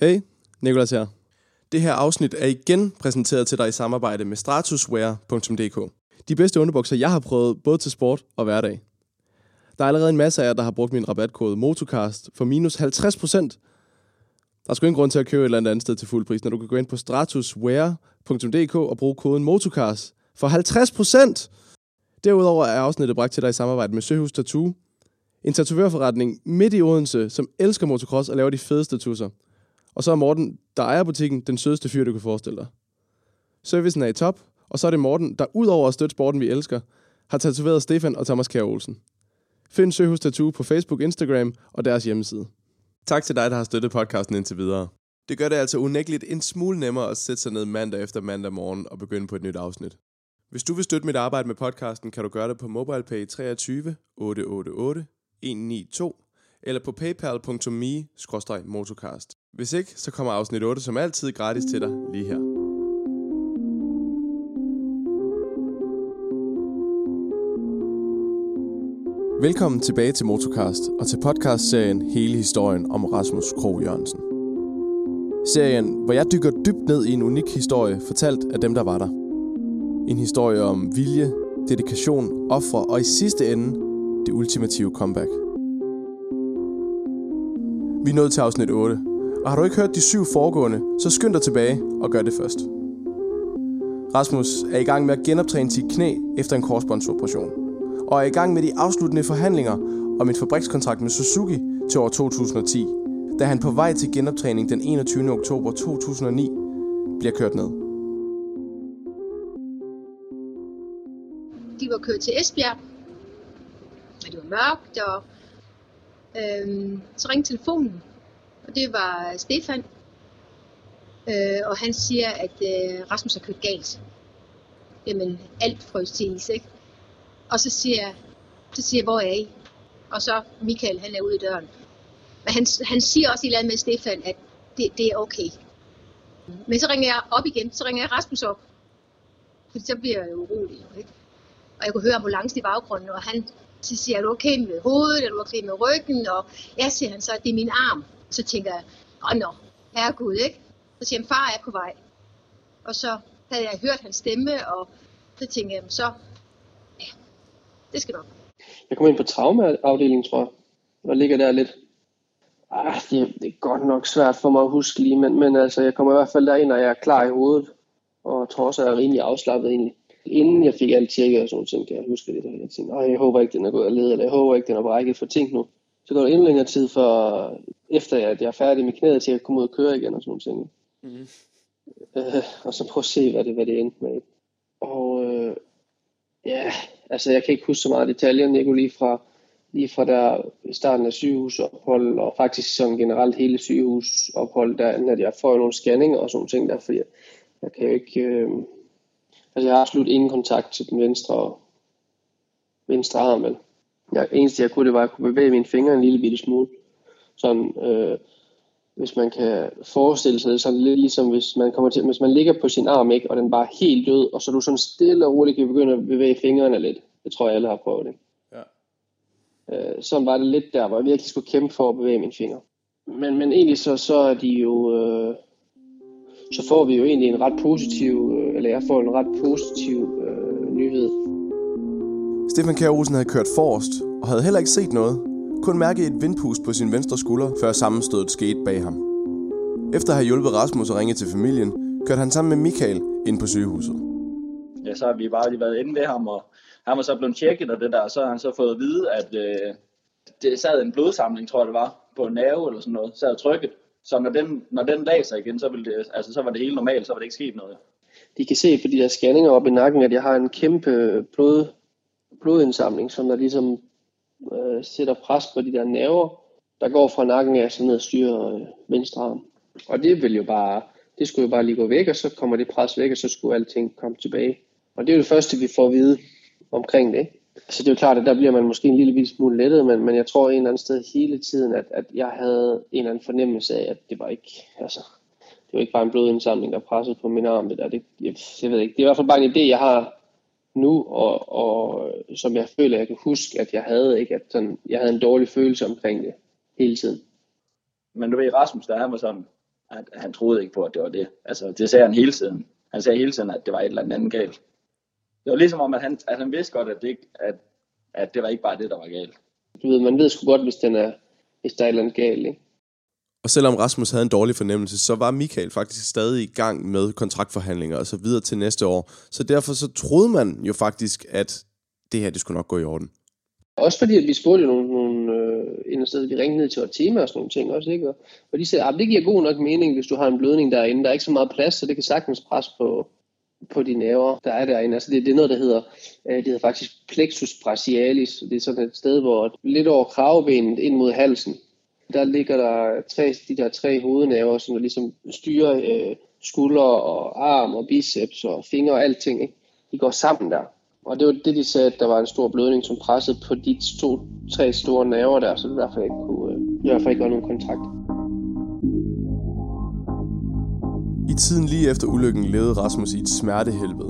Hey, Nicolas her. Det her afsnit er igen præsenteret til dig i samarbejde med Stratuswear.dk. De bedste underbukser, jeg har prøvet, både til sport og hverdag. Der er allerede en masse af jer, der har brugt min rabatkode MOTOCAST for minus 50%. Der er sgu ingen grund til at købe et eller andet sted til fuld pris, når du kan gå ind på Stratuswear.dk og bruge koden MOTOCAST for 50%. Derudover er afsnittet bragt til dig i samarbejde med Søhus Tattoo. En tatovørforretning midt i Odense, som elsker motocross og laver de fedeste tusser. Og så er Morten, der ejer butikken, den sødeste fyr, du kan forestille dig. Servicen er i top, og så er det Morten, der udover at støtte sporten, vi elsker, har tatoveret Stefan og Thomas Kjær Olsen. Find Søhus Tattoo på Facebook, Instagram og deres hjemmeside. Tak til dig, der har støttet podcasten indtil videre. Det gør det altså unægteligt en smule nemmere at sætte sig ned mandag efter mandag morgen og begynde på et nyt afsnit. Hvis du vil støtte mit arbejde med podcasten, kan du gøre det på MobilePay 23 888 192 eller på paypal.me/motocast. Hvis ikke, så kommer afsnit 8 som altid gratis til dig lige her. Velkommen tilbage til Motocast og til podcastserien Hele historien om Rasmus Krogh Jørgensen. Serien, hvor jeg dykker dybt ned i en unik historie, fortalt af dem, der var der. En historie om vilje, dedikation, ofre og i sidste ende det ultimative comeback. Vi er nået til afsnit 8, og har du ikke hørt de 7 foregående, så skynd dig tilbage og gør det først. Rasmus er i gang med at genoptræne sit knæ efter en korsbåndsoperation, og er i gang med de afsluttende forhandlinger om en fabrikskontrakt med Suzuki til år 2010, da han på vej til genoptræning den 21. oktober 2009 bliver kørt ned. De var kørt til Esbjerg, og det var mørkt, og så ringte telefonen, og det var Stefan, og han siger, at Rasmus har kørt galt. Jamen, alt frøs til is, ikke? Og så siger jeg, hvor er I? Og så Michael, han er ude i døren. Men han siger også i land med Stefan, at det er okay. Men så ringer jeg op igen, så ringer jeg Rasmus op, for så bliver jeg jo urolig, ikke? Og jeg kunne høre ambulancen i baggrunden, og han så siger, er du okay med hovedet, er du okay med ryggen? Og ja, siger han så, det er min arm. Så tænker jeg, herregud, ikke? Så siger han, far er på vej. Og så havde jeg hørt hans stemme, og så tænkte jeg, så, ja, det skal nok. Jeg kom ind på traumeafdelingen, tror jeg, og ligger der lidt. Det er godt nok svært for mig at huske lige, men altså, jeg kommer i hvert fald derind, og jeg er klar i hovedet, og tror også, jeg er rimelig afslappet egentlig. Inden jeg fik alt tjekket og sådan ting, kan jeg huske det der. Jeg tænkte, jeg håber ikke, den er gået af led, eller jeg håber ikke, den er brækket for ting nu. Så går der endnu længere tid, efter at jeg er færdig med knæet, til at komme ud og køre igen og sådan ting. Mm. Og så prøve at se, hvad det endte med. Og altså jeg kan ikke huske så meget detaljer, Nico, lige fra der starten af sygehusophold, og faktisk sådan generelt hele sygehusophold, der at jeg får nogle scanninger og sådan ting der, fordi jeg kan jo ikke... Altså jeg har absolut ingen kontakt til den venstre arm, men det eneste jeg kunne, det var at jeg kunne bevæge mine fingre en lille bitte smule. Sådan, hvis man kan forestille sig det, sådan lidt ligesom hvis man ligger på sin arm, ikke, og den bare er helt død, og så du sådan stille og roligt kan begynde at bevæge fingrene lidt. Det tror jeg alle har prøvet det. Ja. Sådan var det lidt der, hvor jeg virkelig skulle kæmpe for at bevæge mine fingre. Men egentlig så er de jo... så får vi jo egentlig jeg får en ret positiv nyhed. Stefan Kjær Olsen havde kørt forrest og havde heller ikke set noget. Kun mærket et vindpust på sin venstre skulder, før sammenstødet skete bag ham. Efter at have hjulpet Rasmus og ringet til familien, kørte han sammen med Michael ind på sygehuset. Ja, så har vi bare lige været inde ved ham, og han var så blevet tjekket og det der, så har han så fået at vide, at det sad en blodsamling, tror jeg det var, på en nerve eller sådan noget, sad trykket. Så når den lagde sig igen, så var det helt normalt, så var det ikke sket noget. De kan se på de der scanninger op i nakken, at jeg har en kæmpe blodindsamling, som der ligesom sætter pres på de der nerver, der går fra nakken af så ned og styrer venstre arm. Og det skulle jo bare lige gå væk, og så kommer det pres væk, og så skulle alting komme tilbage. Og det er jo det første, vi får at vide omkring det. Så det er jo klart, at der bliver man måske en lille smule lettet, men jeg tror en eller anden sted hele tiden, at jeg havde en eller anden fornemmelse af, at det var ikke bare en blodindsamling, der pressede på min arm. Jeg ved ikke. Det er i hvert fald bare en idé, jeg har nu, og som jeg føler, jeg kan huske, at jeg havde, ikke, at sådan, jeg havde en dårlig følelse omkring det hele tiden. Men du ved, Rasmus, der han var sådan, at han troede ikke på, at det var det. Altså, det sagde han hele tiden. Han sagde hele tiden, at det var et eller andet galt. Det var ligesom om, at han vidste godt, at det var ikke bare det, der var galt. Du ved, man ved sgu godt, hvis der er et eller andet galt, ikke? Og selvom Rasmus havde en dårlig fornemmelse, så var Michael faktisk stadig i gang med kontraktforhandlinger og så videre til næste år. Så derfor så troede man jo faktisk, at det her, det skulle nok gå i orden. Også fordi, at vi spurgte nogle steder, vi ringede ned til Ortema og sådan nogle ting også, ikke? Og de sagde, at det giver god nok mening, hvis du har en blødning derinde. Der er ikke så meget plads, så det kan sagtens presse på de nerver, der er derinde. Altså det er noget, der hedder faktisk plexus brachialis. Det er sådan et sted, hvor lidt over kravebenet ind mod halsen, der ligger der de der tre hovednerver, som der ligesom styrer skuldre og arm og biceps og fingre og alting, ikke? De går sammen der. Og det var det, de sagde, at der var en stor blødning, som pressede på de tre store nerver der, så det er derfor, jeg ikke var nogen kontakt. I tiden lige efter ulykken levede Rasmus i et smertehelvede.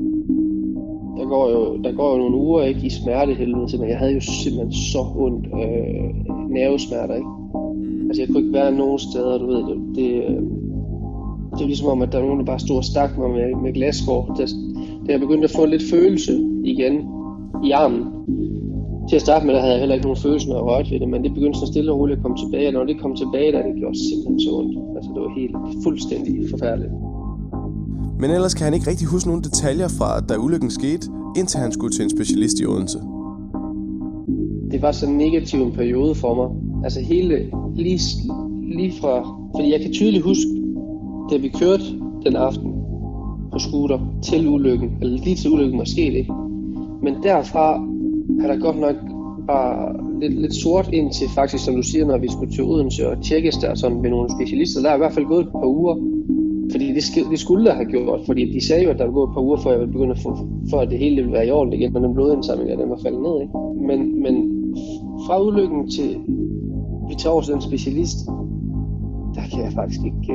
Der går jo nogle uger ikke i smertehelvede, så jeg havde jo simpelthen så ondt nervesmerter, ikke? Altså jeg kunne ikke være nogen steder, du ved, det er ligesom om, at der er nogen, der bare stod og stak mig med glasskår. Da jeg begyndte at få lidt følelse igen i armen. Til at starte med, der havde jeg heller ikke nogen følelse, når jeg rørte ved det, men det begyndte så stille og roligt at komme tilbage, og når det kom tilbage, der det gjorde simpelthen så ondt. Altså det var helt fuldstændig forfærdeligt. Men ellers kan han ikke rigtig huske nogle detaljer fra, da ulykken skete, indtil han skulle til en specialist i Odense. Det var så negativ en periode for mig. Altså lige fra, fordi jeg kan tydeligt huske, da vi kørte den aften på scooter til ulykken, eller lige til ulykken måske ikke. Men derfra er der godt nok bare lidt sort ind til faktisk, som du siger, når vi skulle til Odense og tjekkes der sådan ved nogle specialister. Der er i hvert fald gået et par uger, fordi det skulle der have gjort, fordi de sagde jo, at der var gået et par uger, før jeg ville begynde for at det hele ville være i orden igen, når den blodindsamling af den var faldet ned, ikke? Men fra ulykken til vi tager over til den specialist, der kan jeg faktisk ikke,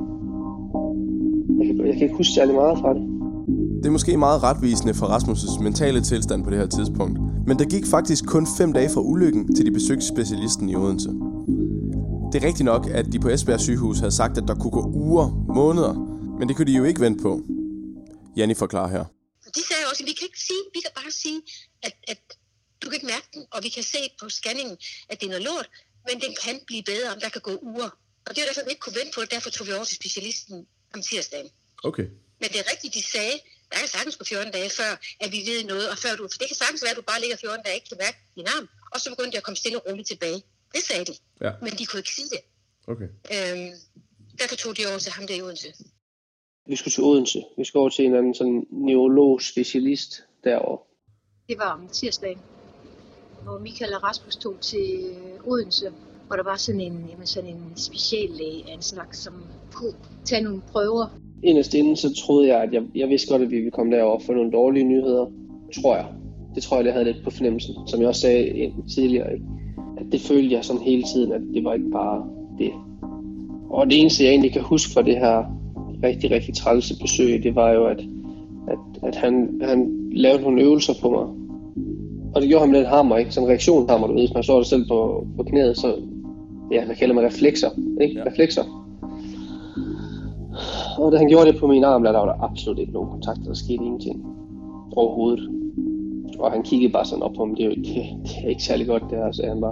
jeg kan ikke huske særlig meget fra det. Det er måske meget retvisende for Rasmus' mentale tilstand på det her tidspunkt, men der gik faktisk kun 5 dage fra ulykken, til de besøgte specialisten i Odense. Det er rigtigt nok, at de på Esbjerg sygehus havde sagt, at der kunne gå uger, måneder, men det kunne de jo ikke vente på. Janni forklarer her. De sagde også, at vi kan bare sige, at du kan ikke mærke den, og vi kan se på scanningen, at det er noget lort, men den kan blive bedre, om der kan gå uger. Og det er derfor, vi ikke kunne vente på det, derfor tog vi over til specialisten om tirsdagen. Okay. Men det er rigtigt, de sagde, der kan sagtens gå 14 dage før, at vi ved noget, og før du, for det kan sagtens være, at du bare ligger 14 dage ikke kan mærke din arm, og så begyndte det at komme stille og roligt tilbage. Det sagde de, ja. Men de kunne ikke sige det. Okay. Derfor tog de over til ham der i Odense. Vi skulle til Odense. Vi skulle over til en anden sådan neurolog specialist derovre. Det var om tirsdagen, hvor Michael og Rasmus tog til Odense, hvor der var sådan en speciallæge af en slags, som kunne tage nogle prøver. Inderst inden så troede jeg, at jeg vidste godt, at vi ville komme derover for nogle dårlige nyheder, tror jeg. Det tror jeg havde lidt på fornemmelsen, som jeg også sagde tidligere. Ikke? At det følte jeg sådan hele tiden, at det var ikke bare det. Og det eneste, jeg egentlig kan huske fra det her rigtig, rigtig trælse besøg, det var jo, at han lavede nogle øvelser på mig. Og det gjorde ham lidt hammer, ikke? Sådan en reaktionshammer, du ved, hvis man slår det selv på knæet, så, ja, hvad kalder man reflekser, ikke? Ja. Reflekser. Og da han gjorde det på min arm, der var der absolut ikke nogen kontakt, der skete ingenting overhovedet. Og han kiggede bare sådan op på mig, det er ikke særlig godt det her, sagde han bare.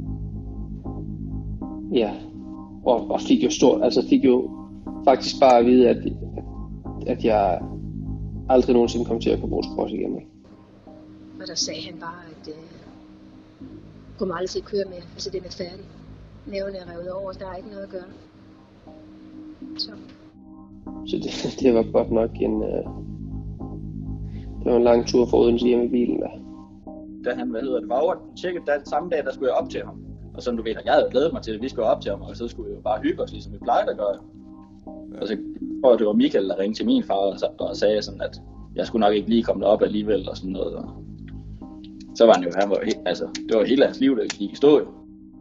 Ja, og fik jo faktisk bare at vide, at jeg aldrig nogensinde kom til at kunne bruge sport igen. Og der sagde han bare, at kommer aldrig til at køre mere, altså den er færdig. Nævne er revet over, der er ikke noget at gøre. Så det var godt nok det var en lang tur fra Odense hjem i bilen der. Da han var over tjekket samme dag, der skulle jeg op til ham. Og som du ved, jeg havde glædet mig til, at vi skulle op til ham, og så skulle vi jo bare hygge os, ligesom vi plejede at gøre. Og så tror jeg, det var Michael, der ringte til min far og sagde sådan, at jeg skulle nok ikke lige komme derop alligevel og sådan noget. Og så var det var hele hans liv, der gik i stå jo.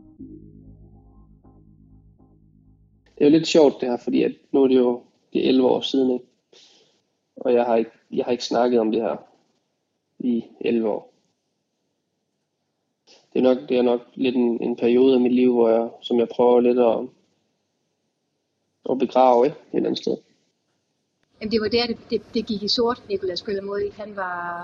Det er jo lidt sjovt det her, fordi at nu er det jo 11 år siden, ikke? Og jeg har ikke snakket om det her i 11 år. Det er nok lidt en periode af mit liv, som jeg prøver lidt og begrave et eller andet sted. Jamen det var der, det gik i sort, Nicolas på en måde. Han var...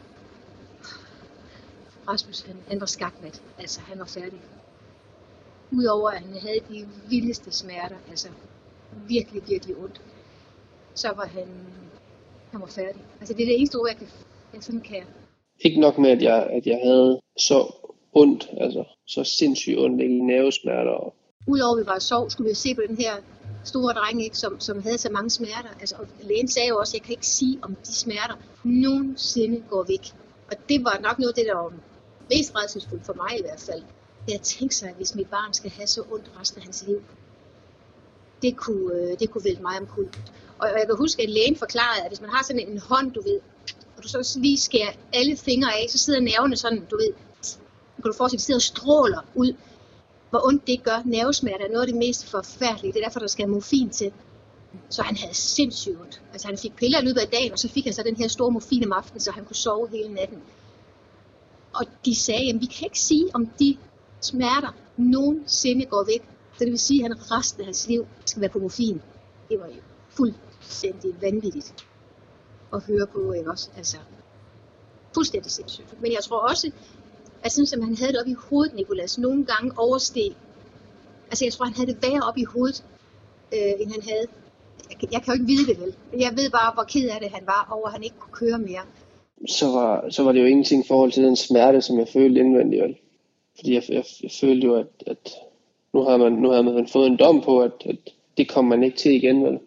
Rasmus, han var skakmat. Altså, han var færdig. Udover at han havde de vildeste smerter, altså virkelig, virkelig ondt, så var han var færdig. Altså det er det eneste ord, jeg sådan kan. Ikke nok med, at jeg havde så ondt, altså så sindssygt ondt i nervesmerter. Udover at vi var i sov, skulle vi se på den her store dreng, ikke, som havde så mange smerter. Altså, og lægen sagde jo også, at jeg kan ikke sige, om de smerter nogensinde går væk. Og det var nok noget af det, der var mest rædselsfuldt for mig i hvert fald. Jeg tænkte sig, at hvis mit barn skal have så ondt resten af hans liv, det kunne vælte mig omkuld. Og jeg kan huske, at lægen forklarede, at hvis man har sådan en hånd, du ved, og du så lige skærer alle fingre af, så sidder nerverne sådan, du ved, kan du forestille, at de sidder og stråler ud. Hvor ondt det gør. Nervesmerter er noget af det mest forfærdelige. Det er derfor, der skal morfin til. Så han havde sindssygt ondt. Altså han fik piller i løbet af dagen, og så fik han så den her store morfin om aftenen, så han kunne sove hele natten. Og de sagde, at vi kan ikke sige, om de smerter nogensinde går væk. Så det vil sige, at han resten af hans liv skal være på morfin. Det var jo fuldstændig vanvittigt at høre på, ikke også? Altså, fuldstændig sindssygt. Men jeg tror også, at sådan som han havde det op i hovedet, Nicolas, nogle gange oversteg. Altså jeg tror, han havde det værre op i hovedet, end han havde. Jeg kan jo ikke vide det vel. Jeg ved bare, hvor ked af det han var over, at han ikke kunne køre mere. Så var det jo ingenting i forhold til den smerte, som jeg følte indvendigt. Vel? Fordi jeg følte jo, at nu havde man fået en dom på, at det kom man ikke til igen. Vel?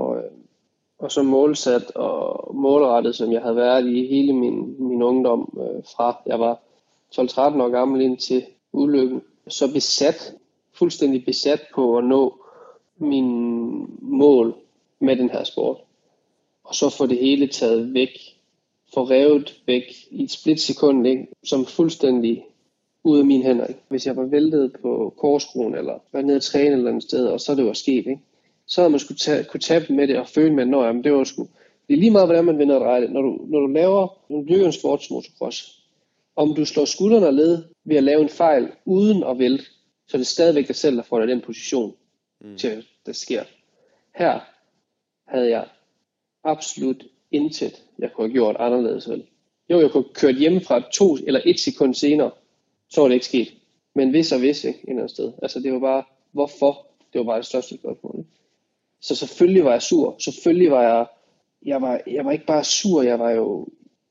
Og så målsat og målrettet, som jeg havde været i hele min ungdom, fra jeg var 12-13 år gammel ind til ulykken, så fuldstændig besat på at nå min mål med den her sport. Og så få det hele taget væk, få revet væk i et splitsekund, ikke? Som fuldstændig ude af mine hænder. Ikke? Hvis jeg var væltet på korsskroen, eller var nede at træne et eller andet sted, og så det var sket, ikke? Så havde man kunne tabe med det og føle med, at det var sgu. Det er lige meget, hvordan man vender og drejer det. Når du dyrker en sportsmotocross, om du slår skuldrene og led ved at lave en fejl uden at vælte, så er det stadigvæk dig selv, der får dig den position til, at det sker. Her havde jeg absolut intet, jeg kunne have gjort anderledes. Vel? Jo, jeg kunne have kørt hjemmefra 2 eller 1 sekund senere, så var det ikke sket. Men hvis, ikke, et eller andet sted. Altså det var bare, hvorfor? Det var bare det største spørgsmål. Så selvfølgelig var jeg sur. Selvfølgelig var jeg var ikke bare sur, jeg var jo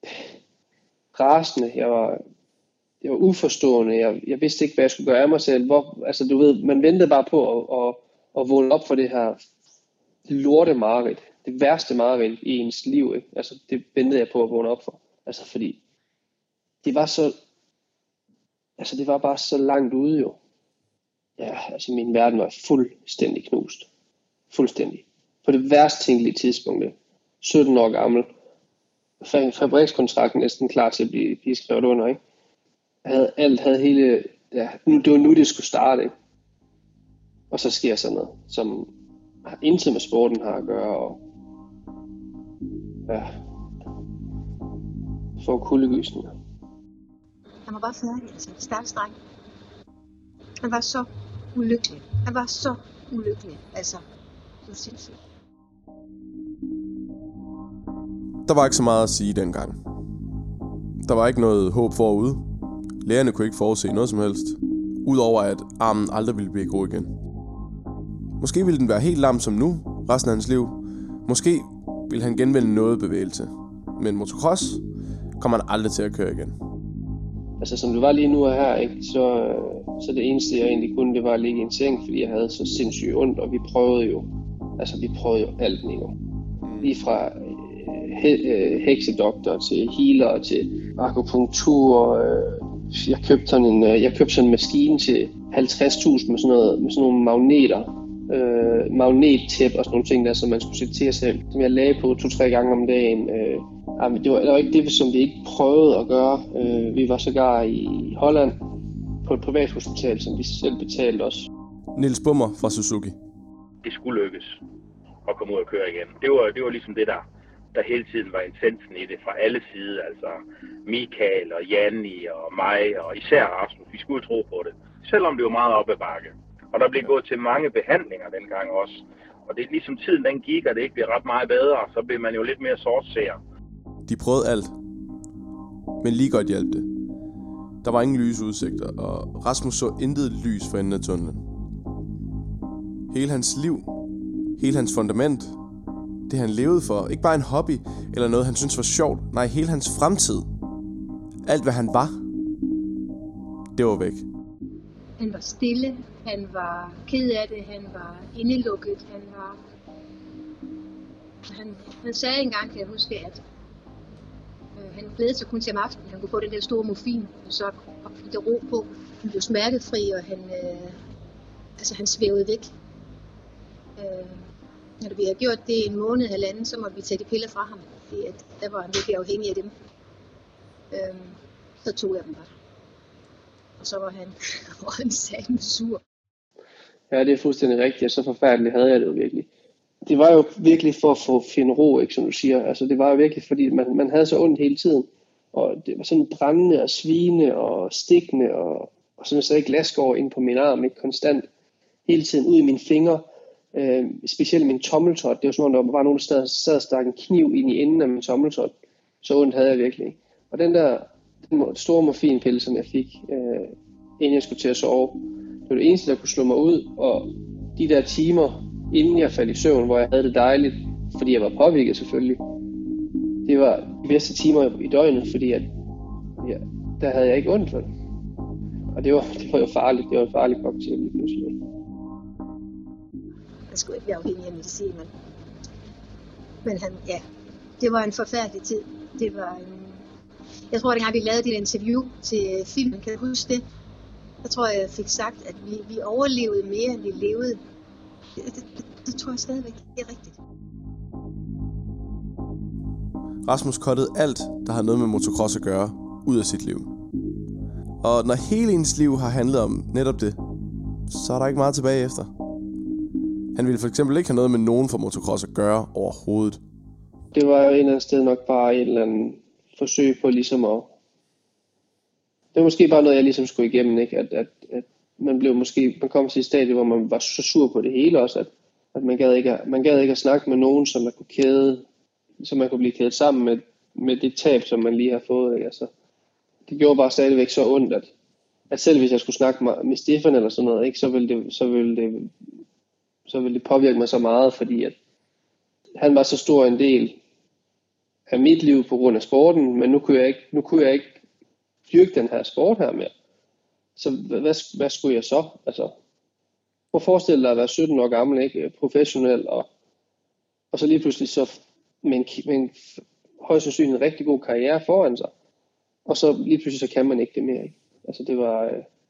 rasende, jeg var uforstående, jeg vidste ikke, hvad jeg skulle gøre af mig selv. Altså du ved, man ventede bare på at vågne op for det her lorte mareridt, det værste mareridt i ens liv, ikke? Altså det ventede jeg på at vågne op for, altså fordi det var bare så langt ude jo. Ja, altså min verden var fuldstændig knust. Fuldstændig. På det værst tænkelige tidspunkt, 17 år gammel, fabrikskontrakten næsten klar til at blive skrevet under, ikke? Havde hele, ja, det var nu det skulle starte, ikke? Og så sker sådan noget, som intet med sporten har at gøre, og ja, får kuldegysninger. Han var bare færdig, altså. Stakkels dreng. Han var så ulykkelig. Altså, det var sindssygt. Der var ikke så meget at sige dengang. Der var ikke noget håb forude. Lægerne kunne ikke forudse noget som helst. Udover at armen aldrig ville blive god igen. Måske ville den være helt lam som nu, resten af hans liv. Måske ville han genvinde noget bevægelse. Men motocross kommer han aldrig til at køre igen. Altså som det var lige nu og her, ikke? Så det eneste jeg egentlig kunne, det var at ligge i en seng, fordi jeg havde så sindssygt ondt, og vi prøvede jo alt nu. Lige fra heksedoktor til healer til akupunktur. Jeg købte sådan en maskine til 50.000 med sådan nogle magneter. Magnettæp og sådan nogle ting der, som man skulle sætte til sig selv, som jeg lagde på 2-3 gange om dagen. Det var ikke det, som vi ikke prøvede at gøre. Vi var sågar i Holland på et privathospital, som vi selv betalte os. Niels Bummer fra Suzuki. Det skulle lykkes at komme ud og køre igen. Det var ligesom det, der hele tiden var essensen i det fra alle sider. Altså Michael og Janni og mig og især Rasmus. Vi skulle tro på det. Selvom det var meget op ad bakke. Og der blev gået til mange behandlinger dengang også. Og det er ligesom tiden den gik, og det ikke bliver ret meget bedre, så bliver man jo lidt mere sortseer. De prøvede alt, men lige godt hjalp det. Der var ingen lysudsigter, og Rasmus så intet lys for enden af tunnelen. Hele hans liv, hele hans fundament, det han levede for, ikke bare en hobby eller noget han syntes var sjovt, nej, hele hans fremtid, alt hvad han var, det var væk. Han var stille, han var ked af det, han var indelukket, han sagde engang, kan jeg huske, at han glædede sig kun til om aftenen, han kunne få den der store morfin, og så fik der ro på. Han blev smertefri, og han svævede væk. Når vi havde gjort det en måned eller anden, så måtte vi tage de piller fra ham, fordi der var han virkelig afhængig af dem. Så tog jeg dem bare. Og så var han satme sur. Ja, det er fuldstændig rigtigt, og så forfærdeligt havde jeg det jo virkelig. Det var jo virkelig for at få finde ro, ikke, som du siger. Altså, det var jo virkelig, fordi man havde så ondt hele tiden. Og det var sådan brændende og svigende og stikkende, og sådan så ikke glasgård ind på min arm, ikke konstant. Hele tiden ud i mine fingre. Specielt min tommeltot. Det var som om, der var nogen, der sad og stak en kniv ind i enden af min tommeltot. Så ondt havde jeg virkelig. Og den store morfinpille, som jeg fik, inden jeg skulle til at sove, det var det eneste, der kunne slå mig ud. Og de der timer, inden jeg faldt i søvn, hvor jeg havde det dejligt, fordi jeg var påvirket selvfølgelig, det var de bedste timer i døgnet, fordi der havde jeg ikke ondt for det. Og det var jo farligt. Det var en farlig cocktail lige pludselig. Han skulle ikke være afhængig af medicin, men det var en forfærdelig tid. Jeg tror, at dengang vi lavede det interview til filmen, kan du huske det? Jeg tror, jeg fik sagt, at vi overlevede mere, end vi levede. Det tror jeg stadigvæk er rigtigt. Rasmus cuttede alt, der har noget med motocross at gøre, ud af sit liv. Og når hele ens liv har handlet om netop det, så er der ikke meget tilbage efter. Han ville for eksempel ikke have noget med nogen fra motocross at gøre overhovedet. Det var jo et eller andet sted nok bare et eller andet forsøg på ligesom at... Det var måske bare noget, jeg ligesom skulle igennem, ikke? At man kom til et stadie, hvor man var så sur på det hele også, at man gad ikke at snakke med nogen, som man kunne blive kædet sammen med det tab, som man lige har fået, ikke? Altså, det gjorde bare stadigvæk så ondt, at selv hvis jeg skulle snakke med Stefan eller sådan noget, ikke, så ville det påvirke mig så meget, fordi at han var så stor en del af mit liv på grund af sporten, men nu kunne jeg ikke dyrke den her sport her mere. Så hvad skulle jeg så? Altså, prøv at forestille dig at være 17 år gammel, ikke, professionel, og så lige pludselig så med en højst sandsynligt en rigtig god karriere foran sig, og så lige pludselig så kan man ikke det mere, ikke? Altså det var...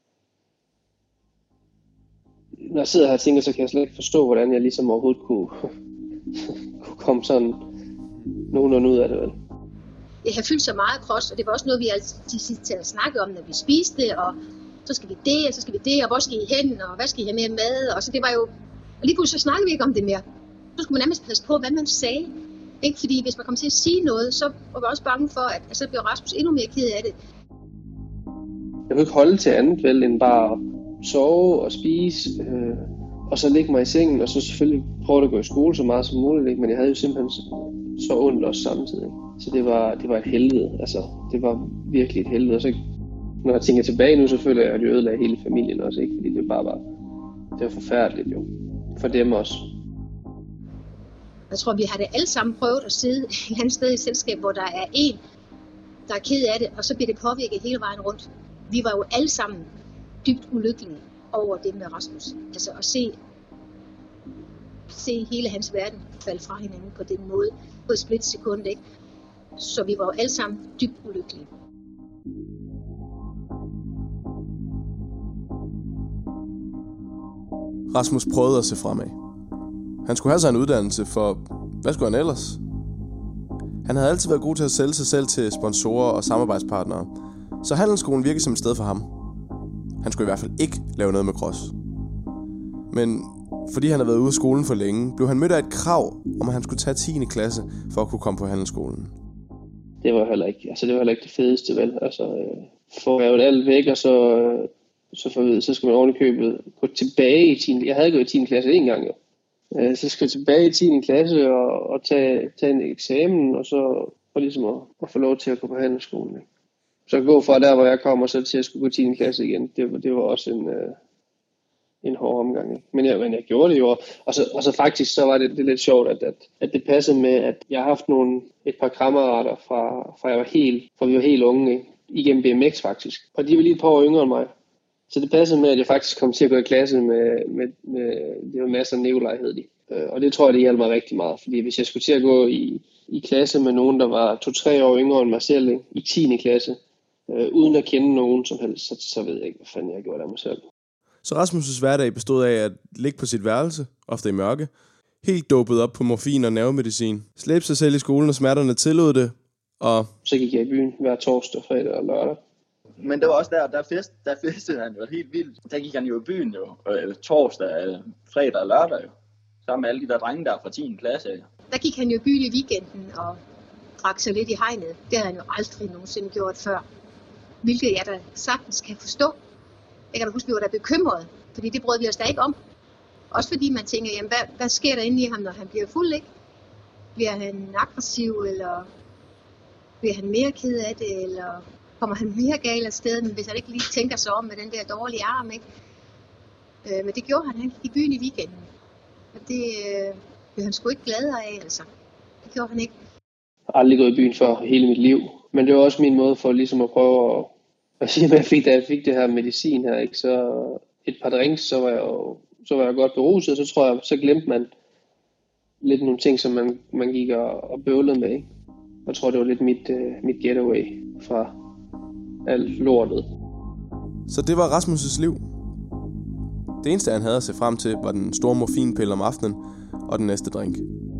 Når jeg sidder her og tænker, så kan jeg slet ikke forstå, hvordan jeg ligesom overhovedet kunne komme sådan nogenlunde ud af det, vel? Det har fyldt så meget cross, og det var også noget, vi altid til at snakke om, når vi spiste, og så skal vi det, og så skal vi det, og hvor skal I hen, og hvad skal I have med mad, og så det var jo... Og lige pludselig så snakkede vi ikke om det mere. Så skulle man nærmest passe på, hvad man sagde. Ikke? Fordi hvis man kom til at sige noget, så var vi også bange for, at så blev Rasmus endnu mere ked af det. Jeg kunne ikke holde til andet vel, end bare at sove og spise, og så ligge mig i sengen, og så selvfølgelig prøve at gå i skole så meget som muligt, ikke? Men jeg havde jo simpelthen så ondt også samtidig. Så det var et helvede, altså det var virkelig et helvede. Og så, når jeg tænker tilbage nu, så føler jeg, at jeg ødelagde hele familien også, ikke? Fordi det bare var forfærdeligt jo, for dem også. Jeg tror, vi har det alle sammen prøvet at sidde et eller andet sted i et selskab, hvor der er en, der er ked af det, og så bliver det påvirket hele vejen rundt. Vi var jo alle sammen dybt ulykkelige over det med Rasmus. Altså at se hele hans verden falde fra hinanden på den måde, på et splitsekund, ikke? Så vi var jo alle sammen dybt ulykkelige. Rasmus prøvede at se fremad. Han skulle have sig en uddannelse, for hvad skulle han ellers? Han havde altid været god til at sælge sig selv til sponsorer og samarbejdspartnere, så handelsskolen virkede som et sted for ham. Han skulle i hvert fald ikke lave noget med cross. Men fordi han havde været ude af skolen for længe, blev han mødt af et krav om, at han skulle tage 10. klasse for at kunne komme på handelsskolen. Det var heller ikke det fedeste, vel? Altså, få lavet alt væk, og så skal man ordentligt købe gå tilbage i 10. Jeg havde gået i 10. klasse en gang, jo. Så skal jeg tilbage i 10. klasse og tage en eksamen, og så for ligesom at få lov til at gå på handelsskolen. Ikke? Så gå fra der, hvor jeg kom, og så til at skulle gå 10. klasse igen, det var også en hård omgang. Ikke? Men jeg gjorde det jo, og så faktisk så var det lidt sjovt, at det passede med, at jeg har haft et par kammerater fra vi var helt unge, ikke? Igennem BMX faktisk, og de var lige et par år yngre end mig. Så det passede med, at jeg faktisk kom til at gå i klasse med det var masser af Nikolaj, hed de. Og det tror jeg, det hjalp mig rigtig meget, fordi hvis jeg skulle til at gå i klasse med nogen, der var 2-3 år yngre end mig selv, ikke? I 10. klasse, uden at kende nogen som helst, så ved jeg ikke, hvad fanden jeg gjorde der mig selv. Så Rasmus' hverdag bestod af at ligge på sit værelse, ofte i mørke, helt dopet op på morfin og nervemedicin, slæbe sig selv i skolen, og smerterne tillod det, og så gik jeg i byen hver torsdag, fredag og lørdag. Men det var også der festede han jo helt vildt. Der gik han jo i byen jo, torsdag, fredag og lørdag jo, sammen med alle de der drenge der fra 10. klasse. Der gik han jo i byen i weekenden og drak sig lidt i hegnet. Det havde han jo aldrig nogensinde gjort før. Hvilket jeg da sagtens kan forstå. Jeg kan da huske, vi var da bekymrede, fordi det brød vi os da ikke om. Også fordi man tænker, jamen hvad sker der inde i ham, når han bliver fuld, ikke? Bliver han aggressiv, eller bliver han mere ked af det, eller kommer han mere galt af stedet, hvis han ikke lige tænker sig om med den der dårlige arm, ikke? Men det gjorde han gik i byen i weekenden. Og det blev han sgu ikke gladere af, altså. Det gjorde han ikke. Jeg har aldrig gået i byen før hele mit liv, men det var også min måde for ligesom at prøve at sige, at jeg fik det her medicin her, ikke? Så et par drinks, så var jeg godt beruset, og så tror jeg, så glemte man lidt nogle ting, som man gik og bøvlede med, ikke? Jeg tror, det var lidt mit getaway fra alt lortet. Så det var Rasmus' liv. Det eneste, han havde at se frem til, var den store morfinpille om aftenen og den næste drink.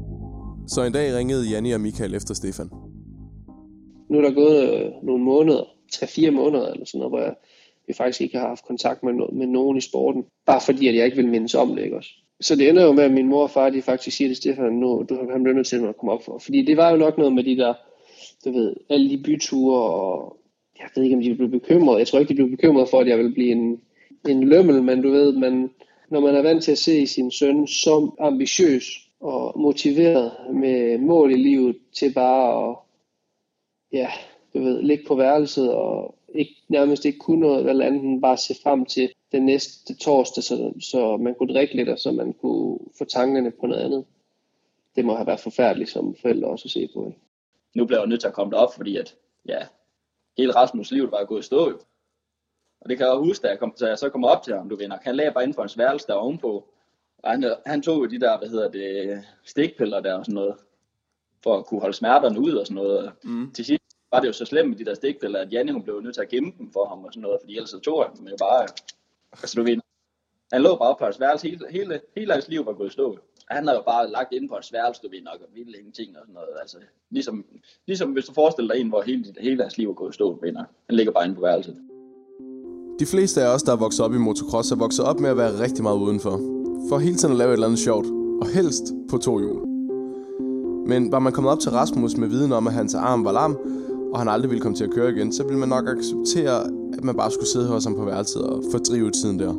Så en dag ringede Janni og Michael efter Stefan. Nu er der gået nogle måneder, 3-4 måneder eller sådan noget, hvor vi faktisk ikke har haft kontakt med nogen i sporten. Bare fordi, at jeg ikke vil mindes om det, ikke også? Så det ender jo med, at min mor og far, de faktisk siger til Stefan, nu han bliver nødt til at komme op for. Fordi det var jo nok noget med de der, du ved, alle de byture, og jeg ved ikke, om de blev bekymret. Jeg tror ikke, de blev bekymret for, at jeg ville blive en lømmel, men du ved, når man er vant til at se sin søn som ambitiøs og motiveret med mål i livet til bare at, ja, du ved, ligge på værelset og nærmest ikke kunne noget eller andet, bare se frem til den næste torsdag, så man kunne drikke lidt, og så man kunne få tankerne på noget andet. Det må have været forfærdeligt som forældre også at se på. Ikke? Nu blev jeg nødt til at komme derop, fordi at, ja, hele Rasmus' liv var gået i stå. Og det kan jeg huske, da jeg så kom op til ham, du ved, han lagde bare inden for hans værelse der ovenpå. Og han tog jo de der, stikpiller der og sådan noget, for at kunne holde smerterne ud og sådan noget. Til sidst var det jo så slemt med de der stikpiller, at Janni, hun blev nødt til at gemme dem for ham og sådan noget, fordi ellers så tog han dem jo bare. Altså du ved, han lå bare på hans værelse, hele hans liv var gået i stå. Han havde jo bare lagt inde på hans værelse, du ved nok, og ville ingenting og sådan noget. Altså, ligesom hvis du forestiller dig en, hvor hele hans liv var gået i stå, han ligger bare inde på værelset. De fleste af os, der er vokset op i motocross, er vokset op med at være rigtig meget udenfor. For hele tiden at lave et eller andet sjovt, og helst på 2 hjul. Men var man kommet op til Rasmus med viden om, at hans arm var lam, og han aldrig ville komme til at køre igen, så ville man nok acceptere, at man bare skulle sidde hos ham på værelset og fordrive tiden der.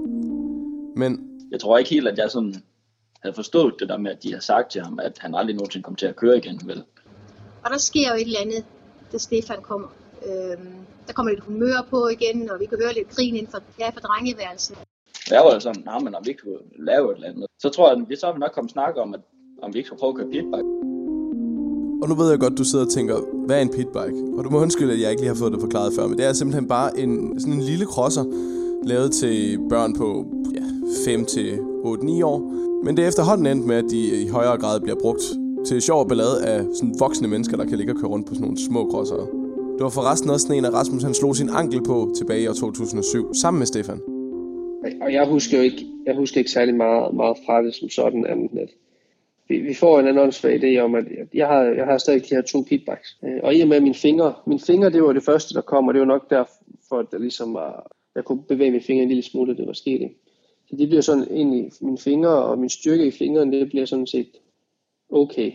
Men jeg tror ikke helt, at jeg sådan havde forstået det der med, at de har sagt til ham, at han aldrig nogensinde kom til at køre igen, vel? Og der sker jo et eller andet, da Stefan kommer. Der kommer lidt humør på igen, og vi kan høre lidt grin inden for drengeværelset. Jeg var jo sådan, men om vi ikke kunne lave et eller andet. Så tror jeg, at så vil nok komme snakke om, om vi ikke skulle prøve at køre pitbike. Og nu ved jeg godt, du sidder og tænker, hvad er en pitbike? Og du må undskylde, at jeg ikke lige har fået det forklaret før, men det er simpelthen bare sådan en lille crosser, lavet til børn på 5 til 8-9 år. Men det er efterhånden endt med, at de i højere grad bliver brugt til sjov og ballade af sådan voksne mennesker, der kan ligge og køre rundt på sådan nogle små crossere. Det var forresten også sådan en, af Rasmus han slog sin ankel på tilbage i år 2007, sammen med Stefan. Og jeg husker ikke særlig meget fra det som sådan, at vi får en annonsfag idé om, at jeg har stadig de her 2 pitbikes. Og i og med mine fingre, det var det første, der kom, og det var nok derfor, at der ligesom var, jeg kunne bevæge mine fingre en lille smule, det var sket. Ikke? Så det bliver sådan egentlig, mine fingre og min styrke i fingrene, det bliver sådan set okay.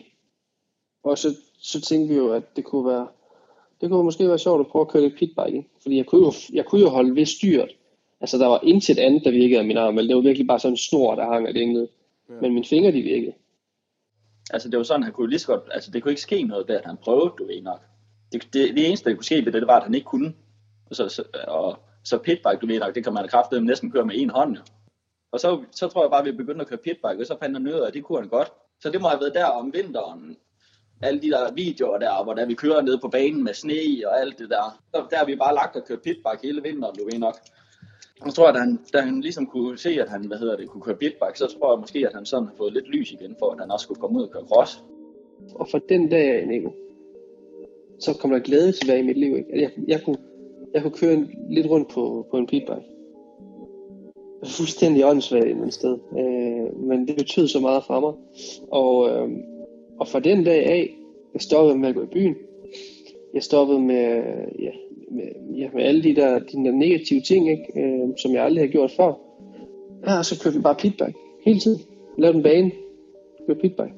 Og så tænkte vi jo, at det kunne måske være sjovt at prøve at køre lidt pitbike, ikke? Fordi jeg kunne jo holde ved styret. Altså der var intet andet, der virkede af min arm, men det var virkelig bare sådan en snor, der hang af det. Men mine fingre, de virkede. Altså det var sådan, han kunne lige så godt, altså det kunne ikke ske noget ved, at han prøvede, du ved nok. Det eneste, der kunne ske ved det var, at han ikke kunne. Så pitbike, du ved nok, det kan man kraftedeme næsten køre med en hånd. Og så tror jeg bare, at vi begyndte at køre pitbike, og så fandt han ud af, at det kunne han godt. Så det må have været der om vinteren. Alle de der videoer der, hvor vi kører ned på banen med sne og alt det der. Så der har vi bare lagt og kørt pitbike hele vinteren, du ved nok. Og så tror jeg, da han ligesom kunne se, at han kunne køre pitbike, så tror jeg måske, at han sådan har fået lidt lys igen, for at han også skulle komme ud og køre cross. Og for den dag, Nico, så kom der glæde tilbage i mit liv. Ikke? Jeg kunne køre lidt rundt på en pitbike. Fuldstændig åndssvagt et sted. Men det betød så meget for mig. Og fra den dag af, jeg stoppede med at gå i byen. Jeg stoppede med alle de der negative ting, ikke? Som jeg aldrig har gjort før. Ja, og så kørte vi bare pitbike hele tiden. Lavede en bane. Kørte pitbike.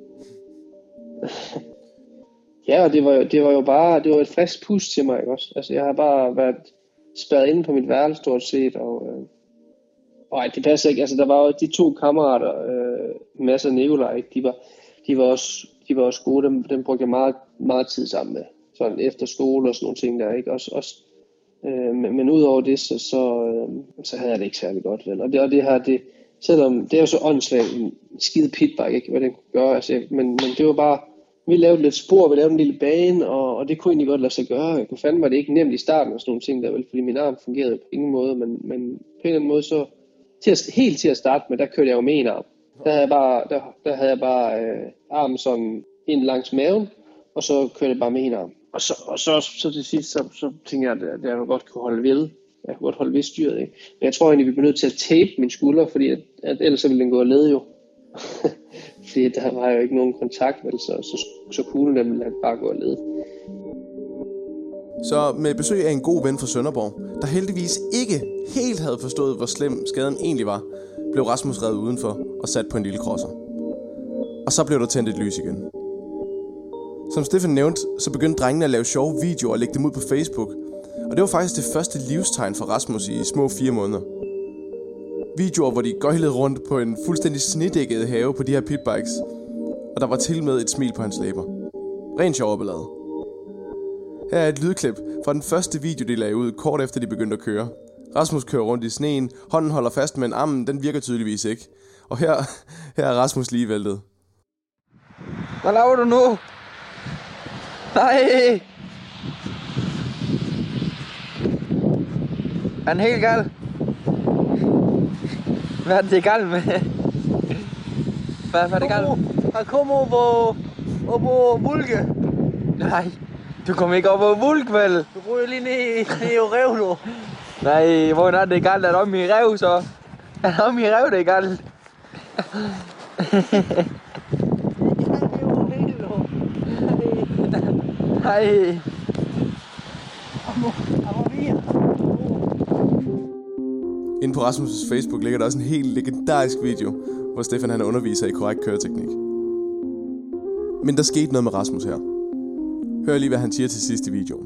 Ja, og det var jo bare, det var et frisk pust til mig, ikke også? Altså, jeg har bare været spærret inde på mit værelse stort set, og det passer ikke. Altså, der var jo de 2 kammerater, Mads og Nikolaj, de var også gode. Dem brugte jeg meget, meget tid sammen med. Sådan efter skole og sådan nogle ting der, ikke? Også, men udover det, så havde jeg det ikke særlig godt, vel? Og det her, selvom det er jo så åndssvagt en skide pitbike, ikke? Hvad det gør, altså, men det var bare, vi lavede lidt spor, vi lavede en lille bane, og det kunne egentlig godt lade sig gøre. Jeg kunne fandme, det ikke nemt i starten og sådan nogle ting der, vel? Fordi min arm fungerede på ingen måde, men på en eller anden måde så, helt til at starte med, der kørte jeg jo med en arm. Der havde jeg bare armen sådan ind langs maven, og så kørte jeg bare med en arm. Og så til sidst, så tænkte jeg, at jeg godt kunne holde ved. Jeg kunne godt holde ved styret, ikke? Men jeg tror egentlig, vi blev nødt til at tape min skulder, fordi at ellers så ville den gå og lede jo. Fordi der var jo ikke nogen kontakt, vel? Så kuglen den ville bare gå og lede. Så med besøg af en god ven fra Sønderborg, der heldigvis ikke helt havde forstået, hvor slem skaden egentlig var, blev Rasmus revet udenfor og sat på en lille crosser. Og så blev der tændt et lys igen. Som Stefan nævnte, så begyndte drengene at lave sjove videoer og lægge dem ud på Facebook. Og det var faktisk det første livstegn for Rasmus i små 4 måneder. Videoer, hvor de gøjlede rundt på en fuldstændig snedækket have på de her pitbikes. Og der var til med et smil på hans læber. Ren sjov ballade. Her er et lydklip fra den første video, de lagde ud kort efter de begyndte at køre. Rasmus kører rundt i sneen, hånden holder fast, men armen den virker tydeligvis ikke. Og her er Rasmus lige væltet. Hvad laver du nu? Nej! Er den helt gal? Hvad er det galt med? Hvad er det galt? Han kommer over på Vulke. Nej, du kommer ikke op på Vulke, vel? Du ryger lige ned i rev nu. Nej, hvor er det galt? Er det om i rev så? Er det om i rev, det er galt? Nej. Inde på Rasmus' Facebook ligger der også en helt legendarisk video, hvor Stefan han underviser i korrekt køreteknik. Men der skete noget med Rasmus her. Hør lige, hvad han siger til sidst i videoen.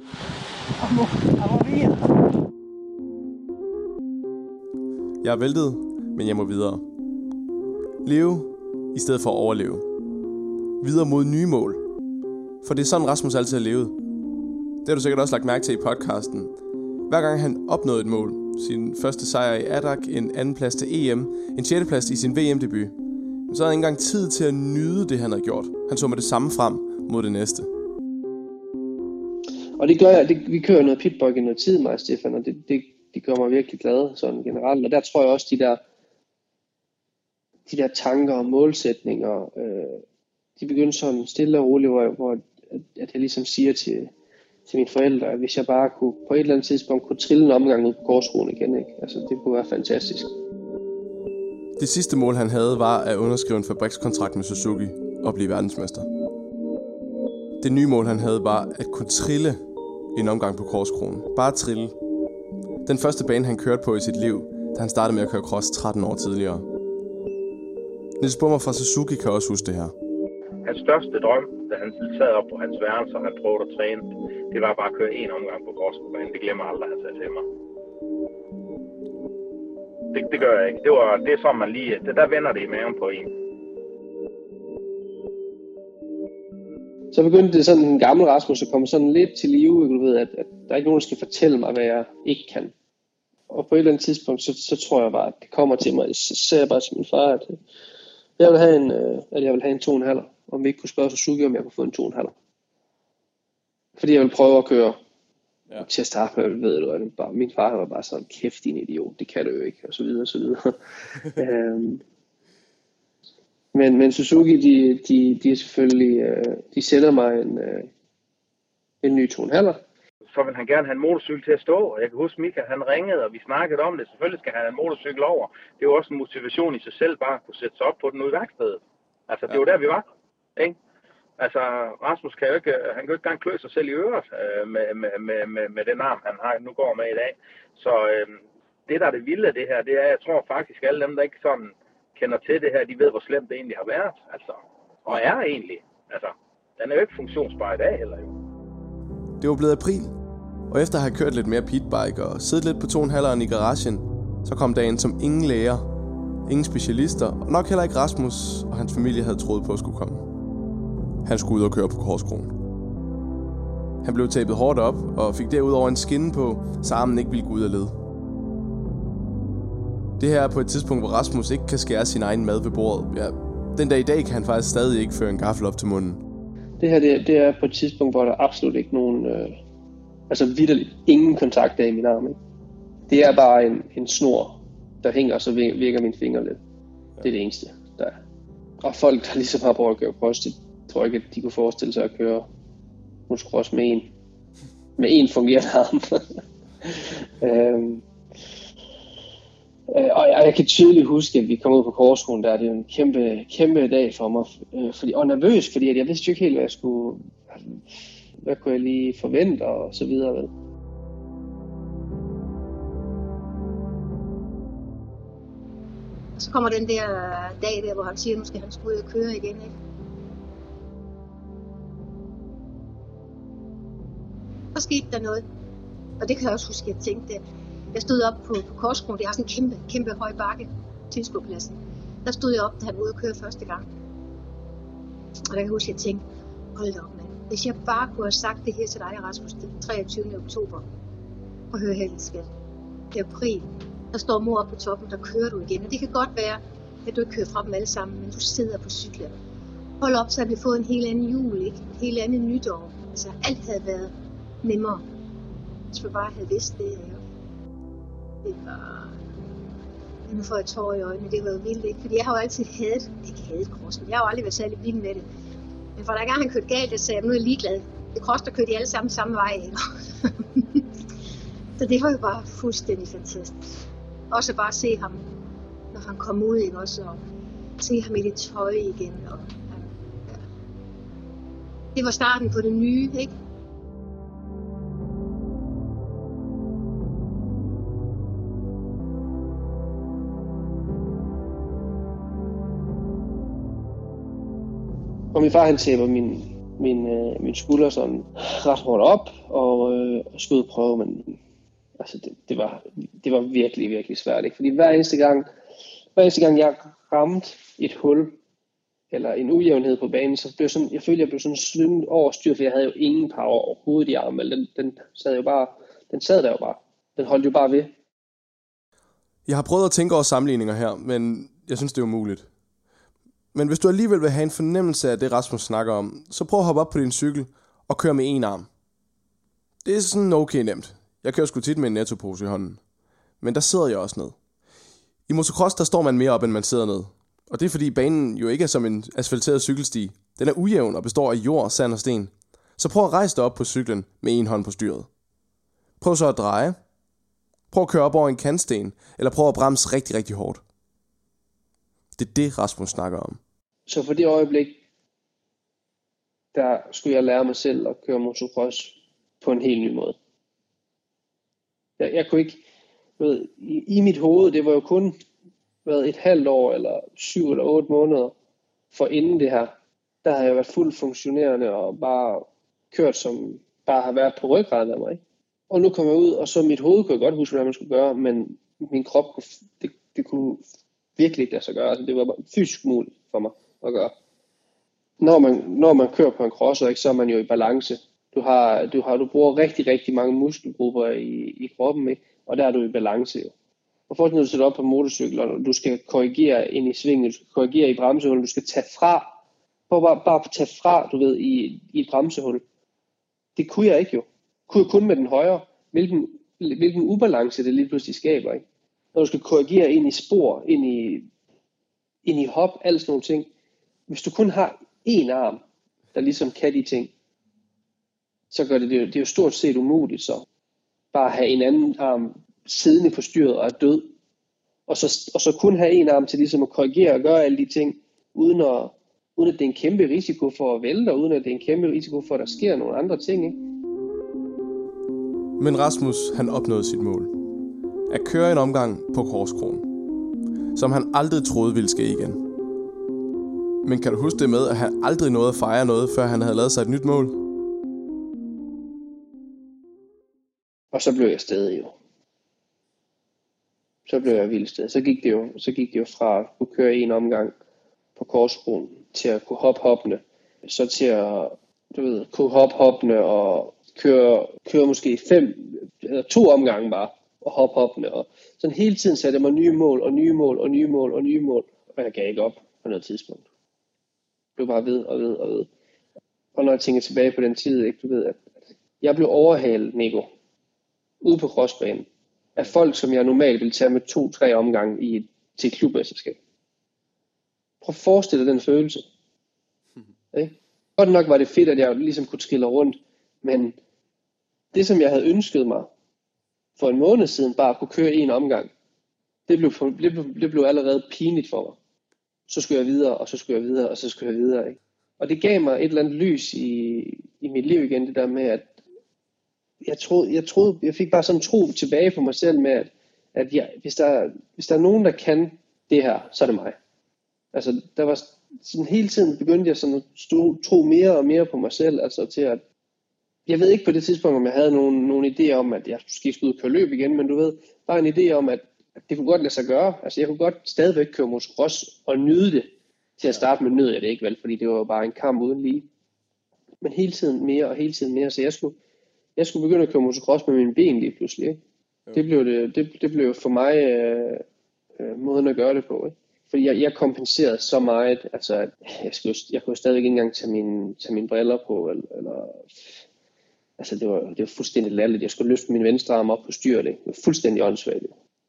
Jeg er væltet, men jeg må videre. Leve i stedet for at overleve. Videre mod nye mål. For det er sådan, Rasmus altid har levet. Det har du sikkert også lagt mærke til i podcasten. Hver gang han opnåede et mål, sin første sejr i ADAC, en anden plads til EM, en 6. plads i sin VM-debut, så havde han ikke engang tid til at nyde det, han havde gjort. Han så med det samme frem mod det næste. Og det gør jeg, vi kører noget pitbike i noget tid, mig og Stefan, og det gør mig virkelig glad sådan generelt. Og der tror jeg også, de der tanker og målsætninger, de begynder sådan stille og roligt, hvor at jeg ligesom siger til mine forældre, at hvis jeg bare kunne på et eller andet tidspunkt kunne trille en omgang ud på gårdsroen igen, ikke? Altså det kunne være fantastisk. Det sidste mål han havde var at underskrive en fabrikskontrakt med Suzuki og blive verdensmester. Det nye mål han havde var at kunne trille en omgang på Korskronen. Bare trille. Den første bane han kørte på i sit liv, da han startede med at køre cross 13 år tidligere. Niels Bummer fra Suzuki kan også huske det her. Hans største drøm, da han sad op på hans værelse, og han prøvede at træne, det var bare at køre en omgang på Korskronen. Det glemmer aldrig, han sagde til mig. Det gør jeg ikke. Det er sådan, man lige... Der vender det i maven på en. Så begyndte det sådan en gammel Rasmus at komme sådan lidt til live, du ved, at der er ikke nogen, der skal fortælle mig, hvad jeg ikke kan. Og på et eller andet tidspunkt, så tror jeg bare, at det kommer til mig. Så sagde jeg bare til min far, at jeg vil have en 2,5. Om vi ikke kunne spørge Suzuki, om jeg kunne få en 2,5. Fordi jeg ville prøve at køre. Ja. Til at starte med, ved du, at min far var bare sådan, kæft din idiot, det kan du jo ikke, og så videre, og så videre. Men Suzuki, de er selvfølgelig, de sender mig en ny 2,5. Så vil han gerne have en motorcykel til at stå, og jeg kan huske, Michael, han ringede, og vi snakkede om det. Selvfølgelig skal han have en motorcykel over. Det er jo også en motivation i sig selv, bare at kunne sætte sig op på den ude i værkstedet. Altså, det var der, vi var, ikke? Altså, Rasmus han kan jo ikke engang klø sig selv i øret med den arm, han nu går med i dag. Så det, der er det vilde af det her, det er, jeg tror faktisk, alle dem, der ikke sådan kender til det her, de ved, hvor slemt det egentlig har været. Altså, og er egentlig. Altså, den er jo ikke funktionsbar i dag heller jo. Det var blevet april, og efter at have kørt lidt mere pitbike og siddet lidt på 2,5'eren i garagen, så kom dagen, som ingen læger, ingen specialister, og nok heller ikke Rasmus og hans familie havde troet på at skulle komme. Han skulle ud og køre på Korskroen. Han blev tapet hårdt op og fik derudover en skinne på, så armen ikke ville gå ud af led. Det her er på et tidspunkt, hvor Rasmus ikke kan skære sin egen mad ved bordet. Ja, den dag i dag kan han faktisk stadig ikke føre en gaffel op til munden. Det her det er på et tidspunkt, hvor der absolut ikke nogen, vitterligt ingen kontakt af i min arm. Ikke? Det er bare en snor, der hænger, og så virker mine fingre lidt. Det er det eneste, der er. Og folk, der ligesom har prøvet at køre cross, de tror ikke, at de kunne forestille sig at køre motocross med en fungerende arm. Og jeg kan tydeligt huske, at vi kom ud på Korskroen der. Det er en kæmpe dag for mig. Og nervøs, fordi jeg vidste jo ikke helt, hvad kunne jeg lige forvente og så videre. Vel. Så kommer den der dag der, hvor han siger, at nu skal han skulle ud og køre igen. Ikke? Så skete der noget. Og det kan jeg også huske, at jeg tænkte, at jeg stod op på Korskroen. Det har sådan en kæmpe høj bakke, tilskuerpladsen. Der stod jeg op, da han var ude at køre første gang. Og der kan jeg huske, at jeg tænkte, hold da op, mand. Hvis jeg bare kunne have sagt det her til dig, Rasmus, den 23. oktober, og høre her, skat. Det er april. Der står mor oppe på toppen, der kører du igen. Og det kan godt være, at du ikke kører fra dem alle sammen, men du sidder på cykler. Hold op, så har vi fået en helt anden jul, ikke? Et helt andet nytår. Altså, alt havde været nemmere. Hvis vi bare havde vidst det, ja. Det var... Nu får jeg tårer i øjnene, det var jo vildt, ikke? Fordi jeg har jo altid hadet crossen. Jeg har jo aldrig været særlig vild med det. Men for der gang han kørte galt, så sagde jeg, nu er jeg ligeglad. Det cross, der kørte de alle sammen samme vej, ikke? Så det var jo bare fuldstændig fantastisk. Også bare at se ham, når han kom ud, ikke? Også og se ham i det tøj igen. Og, ja. Det var starten på det nye, ikke? Og min far, han tæpper min skulder sådan ret hårdt op og skulle prøve, men altså det var virkelig, virkelig svært, ikke? Fordi hver eneste gang jeg ramte et hul eller en ujævnhed på banen, så blev jeg følte, jeg blev sådan slynget over styr, for jeg havde jo ingen power overhovedet i armen. Den sad der jo bare. Den holdt jo bare ved. Jeg har prøvet at tænke over sammenligninger her, men jeg synes, det er umuligt. Men hvis du alligevel vil have en fornemmelse af det, Rasmus snakker om, så prøv at hoppe op på din cykel og køre med en arm. Det er sådan okay nemt. Jeg kører sgu tit med en nettopose i hånden. Men der sidder jeg også ned. I motocross, der står man mere op, end man sidder ned. Og det er fordi banen jo ikke er som en asfalteret cykelsti. Den er ujævn og består af jord, sand og sten. Så prøv at rejse dig op på cyklen med en hånd på styret. Prøv så at dreje. Prøv at køre op over en kantsten, eller prøv at bremse rigtig, rigtig hårdt. Det er det, Rasmus snakker om. Så for det øjeblik, der skulle jeg lære mig selv at køre motocross på en helt ny måde. Jeg kunne ikke, i mit hoved, det var jo kun et halvt år, eller 7 eller 8 måneder for inden det her. Der har jeg været fuldt funktionerende og bare kørt, som bare har været på ryggraden af mig. Og nu kom jeg ud, og så mit hoved kunne jeg godt huske, hvad man skulle gøre, men min krop, det kunne virkelig ikke lade sig gøre. Altså, det var fysisk muligt for mig at gøre. Når man kører på en crosser, ikke, så er man jo i balance. Du bruger rigtig, rigtig mange muskelgrupper i kroppen, ikke? Og der er du i balance jo. Og for når du sætter op på motorcykel, og du skal korrigere ind i svingen, du skal korrigere i bremsehullet, du skal tage fra, bare tage fra, du ved, i et bremsehul. Det kunne jeg ikke jo. Kunne jeg kun med den højre, hvilken ubalance det lige pludselig skaber, ikke? Når du skal korrigere ind i spor, ind i hop, alle sådan nogle ting. Hvis du kun har én arm, der ligesom kan de ting, så gør det er jo stort set umuligt så. Bare have en anden arm siddende på styret og er død. Og så kun have en arm til ligesom at korrigere og gøre alle de ting, uden at det er en kæmpe risiko for at vælte, og uden at det er en kæmpe risiko for, at der sker nogle andre ting, ikke? Men Rasmus, han opnåede sit mål. At køre en omgang på Korskroen, som han aldrig troede ville ske igen. Men kan du huske det med, at han aldrig nåede at fejre noget, før han havde lavet sig et nyt mål? Og så blev jeg stadig jo. Så blev jeg vildt sted. Så gik det jo fra at kunne køre en omgang på Korskroen, til at kunne hoppende, så til at kunne hoppende og køre måske 2 omgange bare, og hoppende. Og sådan hele tiden satte jeg mig nye mål, og nye mål, og nye mål, og nye mål. Og jeg gav ikke op på noget tidspunkt. Jeg blev bare ved og ved og ved. Og når jeg tænker tilbage på den tid, ikke, du ved, at jeg blev overhalet, Nico, ude på crossbanen, af folk, som jeg normalt ville tage med 2-3 omgange til et klubmesterskab. Prøv at forestille dig den følelse. Ikke? Godt nok var det fedt, at jeg ligesom kunne trille rundt, men det, som jeg havde ønsket mig for en måned siden, bare at kunne køre en omgang, det blev allerede pinligt for mig. Så skulle jeg videre, og så skulle jeg videre, og så skulle jeg videre. Ikke? Og det gav mig et eller andet lys i mit liv igen, det der med, at jeg fik bare sådan en tro tilbage på mig selv med, at hvis der er nogen, der kan det her, så er det mig. Altså, der var sådan hele tiden begyndte jeg sådan at tro mere og mere på mig selv, altså til at, jeg ved ikke på det tidspunkt, om jeg havde nogle idéer om, at jeg skulle ud og køre løb igen, men du ved, bare en idé om, at det kunne godt lade sig gøre. Altså, jeg kunne godt stadigvæk køre motocross og nyde det. Til at starte med nød jeg det ikke vel, fordi det var bare en kamp uden lige. Men hele tiden mere og hele tiden mere, så jeg skulle begynde at køre motocross med mine ben lige pludselig, ikke? Det blev for mig måden at gøre det på, ikke? Fordi jeg kompenserede så meget, altså at jeg kunne stadigvæk ikke engang tage mine briller på, eller altså det var fuldstændig latterligt. Jeg skulle løfte min venstre arm op på styret, det var fuldstændig åndssvagt.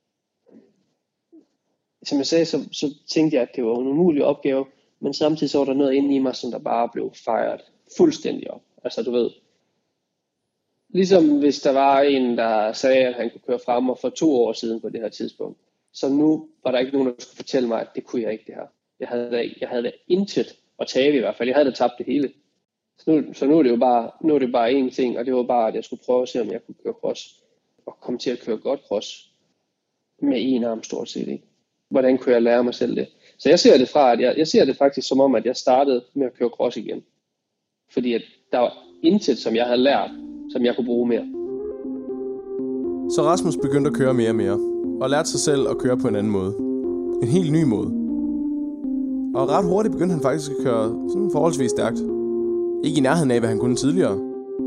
Som jeg sagde, så tænkte jeg, at det var en umulig opgave, men samtidig så var der noget inde i mig, som der bare blev fejret fuldstændig op. Altså du ved, ligesom hvis der var en, der sagde, at han kunne køre frem for 2 år siden på det her tidspunkt. Så nu var der ikke nogen, der skulle fortælle mig, at det kunne jeg ikke det her. Jeg havde da intet at tabe i hvert fald. Jeg havde da tabt det hele. Så nu er det bare én ting, og det var bare, at jeg skulle prøve at se, om jeg kunne køre cross. Og komme til at køre godt cross. Med en arm stort set, ikke? Hvordan kunne jeg lære mig selv det? Så jeg ser det fra, at jeg ser det faktisk som om, at jeg startede med at køre cross igen. Fordi at der var intet, som jeg havde lært, som jeg kunne bruge mere. Så Rasmus begyndte at køre mere og mere, og lærte sig selv at køre på en anden måde. En helt ny måde. Og ret hurtigt begyndte han faktisk at køre sådan forholdsvis stærkt. Ikke i nærheden af, hvad han kunne tidligere.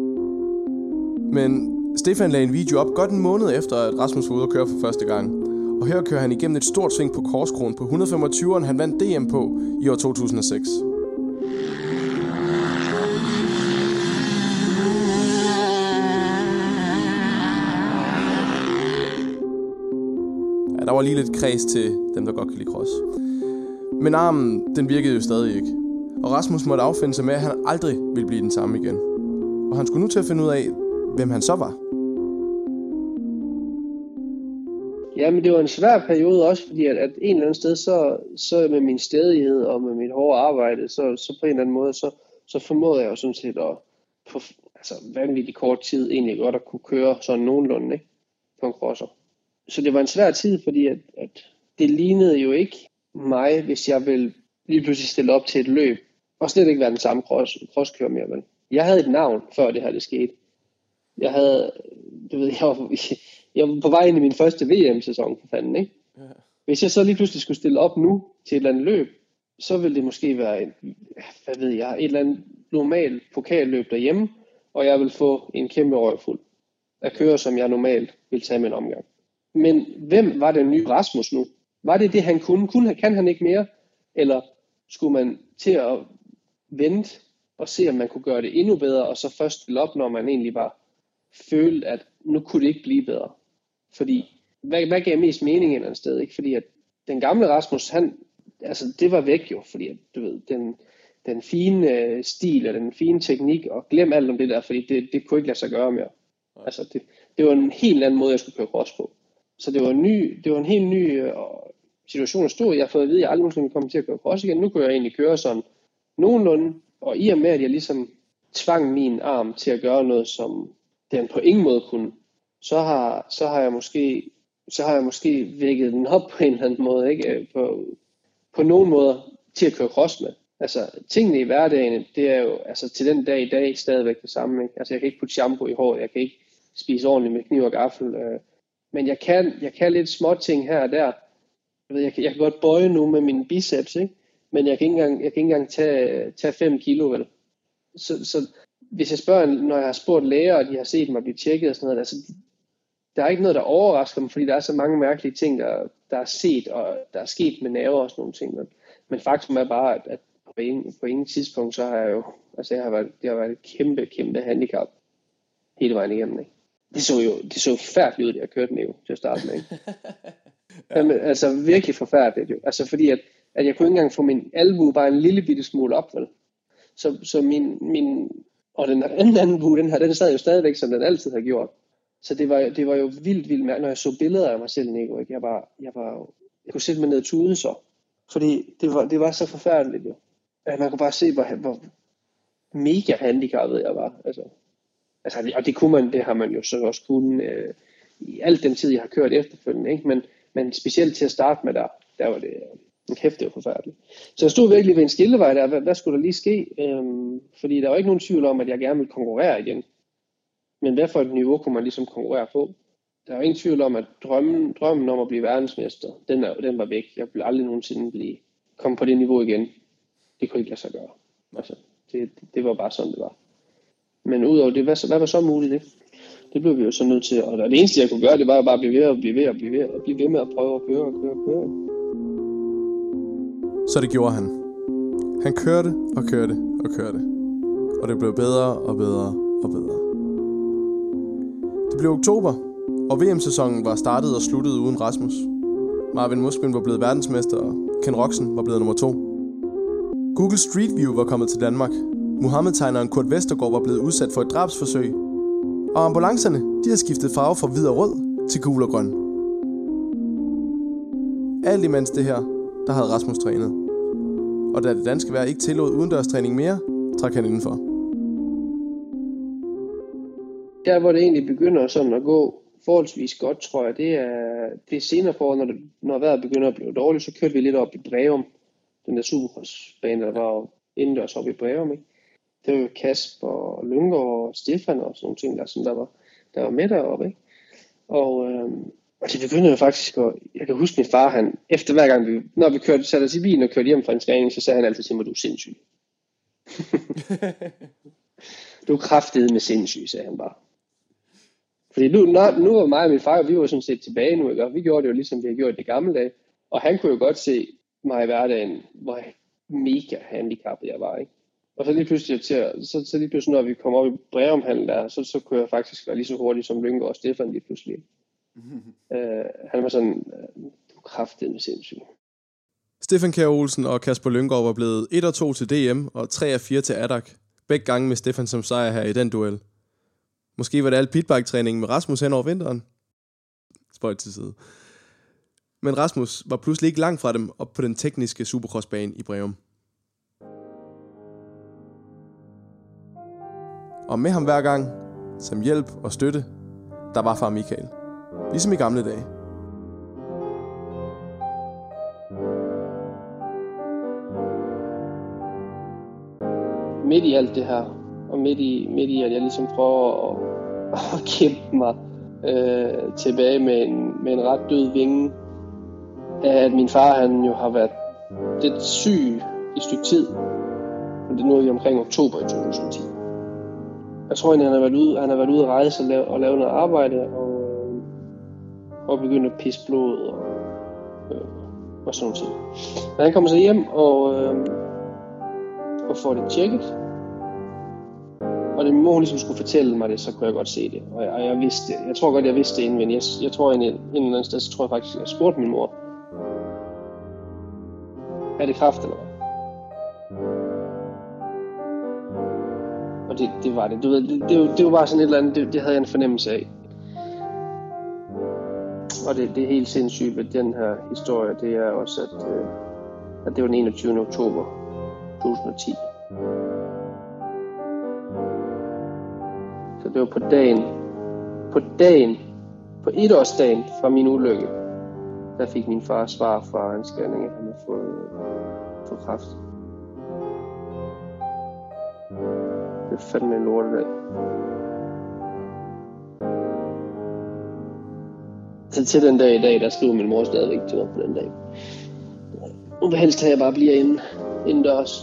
Men Stefan lagde en video op godt en måned efter, at Rasmus var ude at køre for første gang. Og her kører han igennem et stort sving på Korskroen på 125'eren, han vandt DM på i år 2006. Ja, der var lige lidt kreds til dem, der godt kan lide cross. Men armen, den virkede jo stadig ikke. Og Rasmus måtte affinde sig med, at han aldrig ville blive den samme igen. Og han skulle nu til at finde ud af, hvem han så var. Ja, men det var en svær periode også, fordi at en eller anden sted, så med min stædighed og med mit hårde arbejde, så på en eller anden måde, så formåede jeg jo sådan set at på vanvittig kort tid egentlig godt at kunne køre sådan nogenlunde, ikke? På en crosser. Så det var en svær tid, fordi at det lignede jo ikke mig, hvis jeg ville lige pludselig stille op til et løb, og slet ikke være den samme crosskører mere, vel? Jeg havde et navn, før det her det skete. Jeg var på vej ind i min første VM-sæson, for fanden, ikke? Ja. Hvis jeg så lige pludselig skulle stille op nu til et eller andet løb, så ville det måske være et eller andet normalt pokalløb derhjemme, og jeg vil få en kæmpe røvfuld at køre, som jeg normalt vil tage med en omgang. Men hvem var den nye Rasmus nu? Var det han kunne? Kan han ikke mere? Eller skulle man til at vente og se, om man kunne gøre det endnu bedre, og så først stille op, når man egentlig bare følte, at nu kunne det ikke blive bedre? Fordi, hvad gav mest mening et eller andet sted? Ikke? Fordi at den gamle Rasmus, det var væk jo, fordi at, du ved, den fine stil og den fine teknik, og glem alt om det der, fordi det kunne ikke lade sig gøre mere. Altså, det var en helt anden måde, jeg skulle køre cross på. Så det var en helt ny situation at stå i. Jeg har fået at vide, at jeg aldrig nogensinde kommer til at køre cross igen. Nu kunne jeg egentlig køre sådan nogenlunde, og i og med, at jeg ligesom tvang min arm til at gøre noget, som den på ingen måde kunne, så har jeg måske vækket den op på en eller anden måde, ikke? På nogen måder til at køre cross med. Altså, tingene i hverdagen, det er jo altså til den dag i dag stadigvæk det samme, ikke? Altså, jeg kan ikke putte shampoo i håret, jeg kan ikke spise ordentligt med kniv og gaffel, men jeg kan lidt små ting her og der. Jeg kan godt bøje nu med mine biceps, ikke? Men jeg kan ikke engang tage 5 kilo, vel? Så hvis jeg spørger, når jeg har spurgt læger, og de har set mig blive tjekket og sådan noget, altså, der er ikke noget, der overrasker mig, fordi der er så mange mærkelige ting, der er set, og der er sket med nerver og sådan nogle ting. Men faktum er bare, at på ingen tidspunkt, så har jeg jo, altså det har været et kæmpe handicap hele vejen igennem, ikke? Det så forfærdeligt ud, det jeg kørte ned til at starte med, ikke? Jamen, altså virkelig forfærdeligt jo. Altså fordi at jeg kunne ikke engang få min albue bare en lille bitte smule op, vel? Så min og den anden albue, den sad jo stadigvæk, som den altid har gjort. Så det var jo vildt mærkeligt, når jeg så billeder af mig selv, Nico, ikke? Jeg kunne sætte mig ned og tude så. Fordi det var så forfærdeligt jo. At man kunne bare se, hvor mega handicappet jeg var. Altså, og det har man jo så også kunnet i al den tid, jeg har kørt efterfølgende, ikke? Men specielt til at starte med, der var det en kæft, det var forfærdeligt. Så jeg stod virkelig ved en skillevej der, hvad skulle der lige ske? Fordi der var ikke nogen tvivl om, at jeg gerne ville konkurrere igen. Men hvad for et niveau kunne man ligesom konkurrere på? Der var ingen tvivl om, at drømmen om at blive verdensmester, den var væk. Jeg ville aldrig nogensinde komme på det niveau igen. Det kunne ikke lade sig gøre. Altså, det var bare sådan, det var. Men udover det, hvad var så muligt det? Det blev vi jo så nødt til. Og det eneste, jeg kunne gøre, det var bare at blive ved med at prøve at køre. Så det gjorde han. Han kørte. Og det blev bedre og bedre. Det blev oktober, og VM-sæsonen var startet og sluttet uden Rasmus. Marvin Musquin var blevet verdensmester, og Ken Roczen var blevet nummer 2. Google Street View var kommet til Danmark. Muhammed-tegneren Kurt Vestergaard var blevet udsat for et drabsforsøg. Og ambulancerne, de havde skiftet farve fra hvid og rød til gul og grøn. Alt imens det her, der havde Rasmus trænet. Og da det danske vejr ikke tillod udendørstræning mere, trak han indenfor. Der hvor det egentlig begynder sådan at gå forholdsvis godt, tror jeg, det er senere for, når vejret begynder at blive dårligt, så kørte vi lidt op i Breum. Den der supercrossbane, der var indendørs op i Breum, ikke? Det var jo Kasper og Lyngård og Stefan og sådan nogle ting, der var med deroppe, ikke? Og det begyndte jo faktisk, jeg kan huske min far, han efter hver gang når vi satte os i bilen og kørte hjem fra en træning, så sagde han altid til mig, du er sindssyg. Du er kraftedeme sindssyg, sagde han bare. Fordi nu var mig og min far, vi var sådan set tilbage nu, ikke? Og vi gjorde det jo ligesom vi havde gjort i de gamle dage. Og han kunne jo godt se mig i hverdagen, hvor mega handicappet jeg var, ikke? Og så lige pludselig, når vi kom op i Breumhallen der, så kunne jeg faktisk være lige så hurtig som Lyngård og Stefan lige pludselig. Han var sådan, du kraftedeme sindssyg. Stefan Kjær Olsen og Kasper Lyngård var blevet 1 og 2 til DM og 3 og 4 til ADAC. Begge gange med Stefan som sejr her i den duel. Måske var det alt pitbike-træningen med Rasmus hen over vinteren. Spøjt til side. Men Rasmus var pludselig ikke langt fra dem op på den tekniske supercrossbane i Breum. Og med ham hver gang, som hjælp og støtte, der var far Michael. Ligesom i gamle dage. Midt i alt det her, og midt i at jeg ligesom prøver at kæmpe mig tilbage med en ret død vinge, at min far han jo har været lidt syg i et stykke tid. Og det nåede vi omkring oktober i 2010. Jeg tror egentlig, han har været ude at rejse og lave noget arbejde og begynde at pisse blod og sådan noget. Men han kommer så hjem og får det tjekket. Og det mor ligesom skulle fortælle mig det, så kunne jeg godt se det. Og jeg vidste det. Jeg tror godt, jeg vidste det inden, men jeg tror en eller anden sted, så tror jeg faktisk, jeg spurgte min mor. Er det kræft eller hvad? Og det var det. Du ved, det var bare sådan et eller andet, det havde jeg en fornemmelse af. Og det er helt sindssygt ved den her historie, det er også, at det var den 21. oktober 2010. Så det var på etårsdagen fra min ulykke, der fik min far svar fra en scanning, at han havde fået kræft. Det er fandme en lortedag. Så til den dag i dag, der skriver min mor stadigvæk til mig på den dag. Hun vil helst have, at jeg bare bliver indendørs.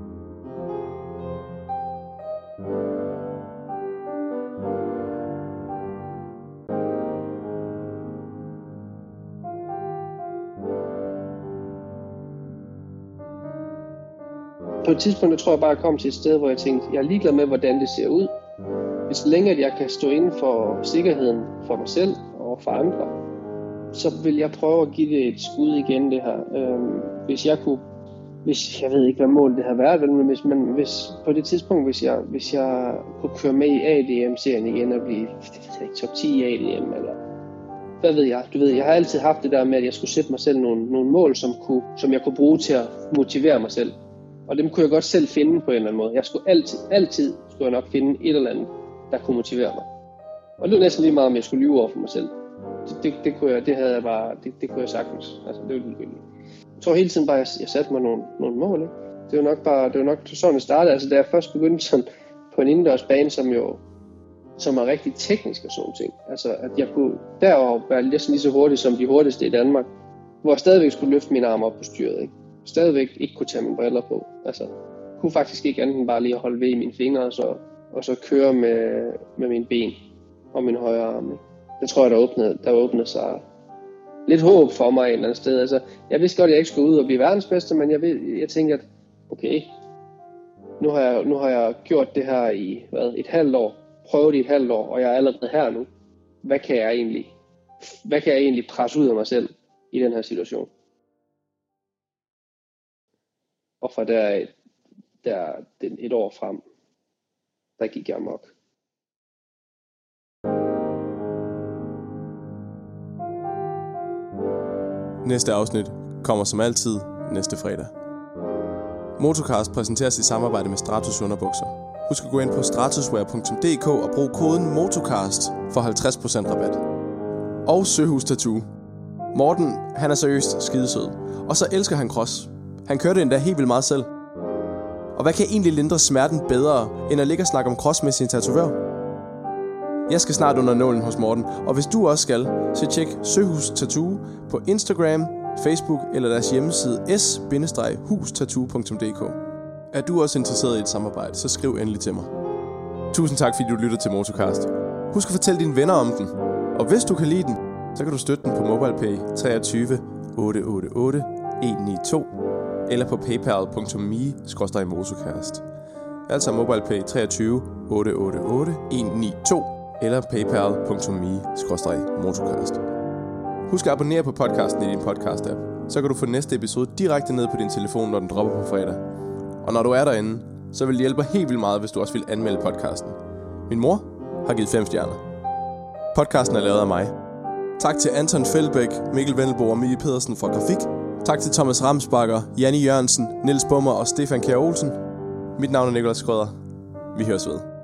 På et tidspunkt, jeg tror jeg bare, jeg kom til et sted, hvor jeg tænkte, jeg er ligeglad med, hvordan det ser ud. Hvis længe at jeg kan stå inden for sikkerheden for mig selv og for andre, så vil jeg prøve at give det et skud igen, det her. Hvis jeg ved ikke, hvad målet det har været, men hvis på det tidspunkt, hvis jeg kunne køre med i ADM-serien igen og blive top 10 i ADM, eller hvad ved jeg. Du ved, jeg har altid haft det der med, at jeg skulle sætte mig selv nogle mål, som jeg kunne bruge til at motivere mig selv. Og dem kunne jeg godt selv finde på en eller anden måde. Jeg skulle altid skulle jeg nok finde et eller andet, der kunne motivere mig. Og det var næsten lige meget, om jeg skulle lyve over for mig selv. Det kunne jeg sagtens. Altså, det var ligegyldigt. Jeg tror hele tiden bare, at jeg satte mig nogle mål. Ikke? Det var nok sådan, det startede. Altså, da jeg først begyndte sådan på en indendørsbane, som er rigtig teknisk og sådan ting. Altså, at jeg kunne derover være næsten lige så hurtig som de hurtigste i Danmark, hvor jeg stadigvæk skulle løfte mine arme op på styret, ikke? Stadigvæk ikke kunne tage mine briller på. Altså, kunne faktisk ikke andet end bare lige at holde ved i mine fingre, og så køre med mine ben og min højre arm. Ikke? Det tror jeg, der åbnede sig lidt håb for mig et eller andet sted. Altså, jeg vidste godt, at jeg ikke skulle ud og blive verdensmester, men jeg tænkte, at okay, nu har jeg gjort det her i et halvt år, prøvet i et halvt år, og jeg er allerede her nu. Hvad kan jeg egentlig presse ud af mig selv i den her situation? Og fra der et år frem, der gik jeg amok. Næste afsnit kommer som altid næste fredag. Motocast præsenteres i samarbejde med Stratus underbukser. Husk at gå ind på stratuswear.dk og brug koden MOTOCAST for 50% rabat. Og Søhus Tattoo. Morten, han er seriøst skidesød. Og så elsker han cross. Han kørte endda helt vildt meget selv. Og hvad kan egentlig lindre smerten bedre, end at ligge og snakke om cross med sin tatovør? Jeg skal snart under nålen hos Morten, og hvis du også skal, så tjek Søhus Tattoo på Instagram, Facebook eller deres hjemmeside s-hustattoo.dk. Er du også interesseret i et samarbejde, så skriv endelig til mig. Tusind tak, fordi du lytter til Motocast. Husk at fortælle dine venner om den. Og hvis du kan lide den, så kan du støtte den på MobilePay 23 888 192 eller på paypal.me/motocast. Altså MobilePay 23 888 192 eller paypal.me/motocast. Husk at abonnere på podcasten i din podcast-app. Så kan du få næste episode direkte ned på din telefon, når den dropper på fredag. Og når du er derinde, så vil det hjælpe helt vildt meget, hvis du også vil anmelde podcasten. Min mor har givet 5 stjerner. Podcasten er lavet af mig. Tak til Anton Feldbæk, Mikkel Vendelbo og Mie Pedersen fra Grafik. Tak til Thomas Ramsbakker, Janni Jørgensen, Niels Bummer og Stefan Kjær Olsen. Mit navn er Nikolaj Skrøder. Vi høres ved.